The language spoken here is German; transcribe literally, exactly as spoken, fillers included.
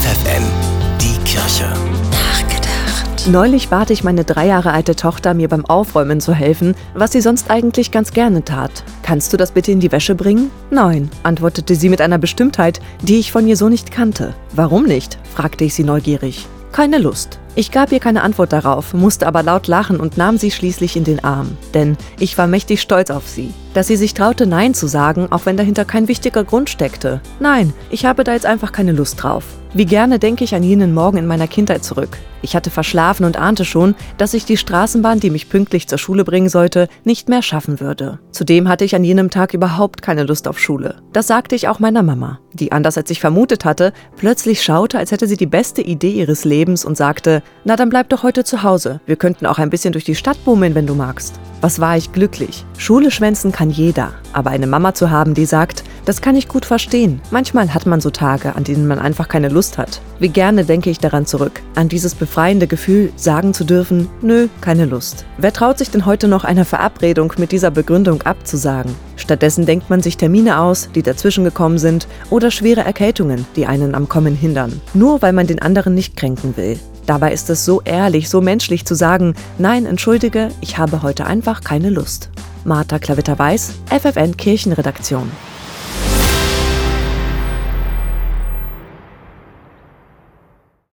F F N, die Kirche. Nachgedacht. Neulich bat ich meine drei Jahre alte Tochter, mir beim Aufräumen zu helfen, was sie sonst eigentlich ganz gerne tat. Kannst du das bitte in die Wäsche bringen? Nein, antwortete sie mit einer Bestimmtheit, die ich von ihr so nicht kannte. Warum nicht? Fragte ich sie neugierig. Keine Lust. Ich gab ihr keine Antwort darauf, musste aber laut lachen und nahm sie schließlich in den Arm. Denn ich war mächtig stolz auf sie. Dass sie sich traute, Nein zu sagen, auch wenn dahinter kein wichtiger Grund steckte. Nein, ich habe da jetzt einfach keine Lust drauf. Wie gerne denke ich an jenen Morgen in meiner Kindheit zurück. Ich hatte verschlafen und ahnte schon, dass ich die Straßenbahn, die mich pünktlich zur Schule bringen sollte, nicht mehr schaffen würde. Zudem hatte ich an jenem Tag überhaupt keine Lust auf Schule. Das sagte ich auch meiner Mama, die, anders als ich vermutet hatte, plötzlich schaute, als hätte sie die beste Idee ihres Lebens und sagte: Na, dann bleib doch heute zu Hause. Wir könnten auch ein bisschen durch die Stadt bummeln, wenn du magst. Was war ich glücklich. Schule schwänzen kann jeder, aber eine Mama zu haben, die sagt: Das kann ich gut verstehen. Manchmal hat man so Tage, an denen man einfach keine Lust hat. Wie gerne denke ich daran zurück, an dieses befreiende Gefühl, sagen zu dürfen: Nö, keine Lust. Wer traut sich denn heute noch, einer Verabredung mit dieser Begründung abzusagen? Stattdessen denkt man sich Termine aus, die dazwischen gekommen sind, oder schwere Erkältungen, die einen am Kommen hindern. Nur weil man den anderen nicht kränken will. Dabei ist es so ehrlich, so menschlich zu sagen: Nein, entschuldige, ich habe heute einfach keine Lust. Martha Klavitter-Weiß, F F N Kirchenredaktion.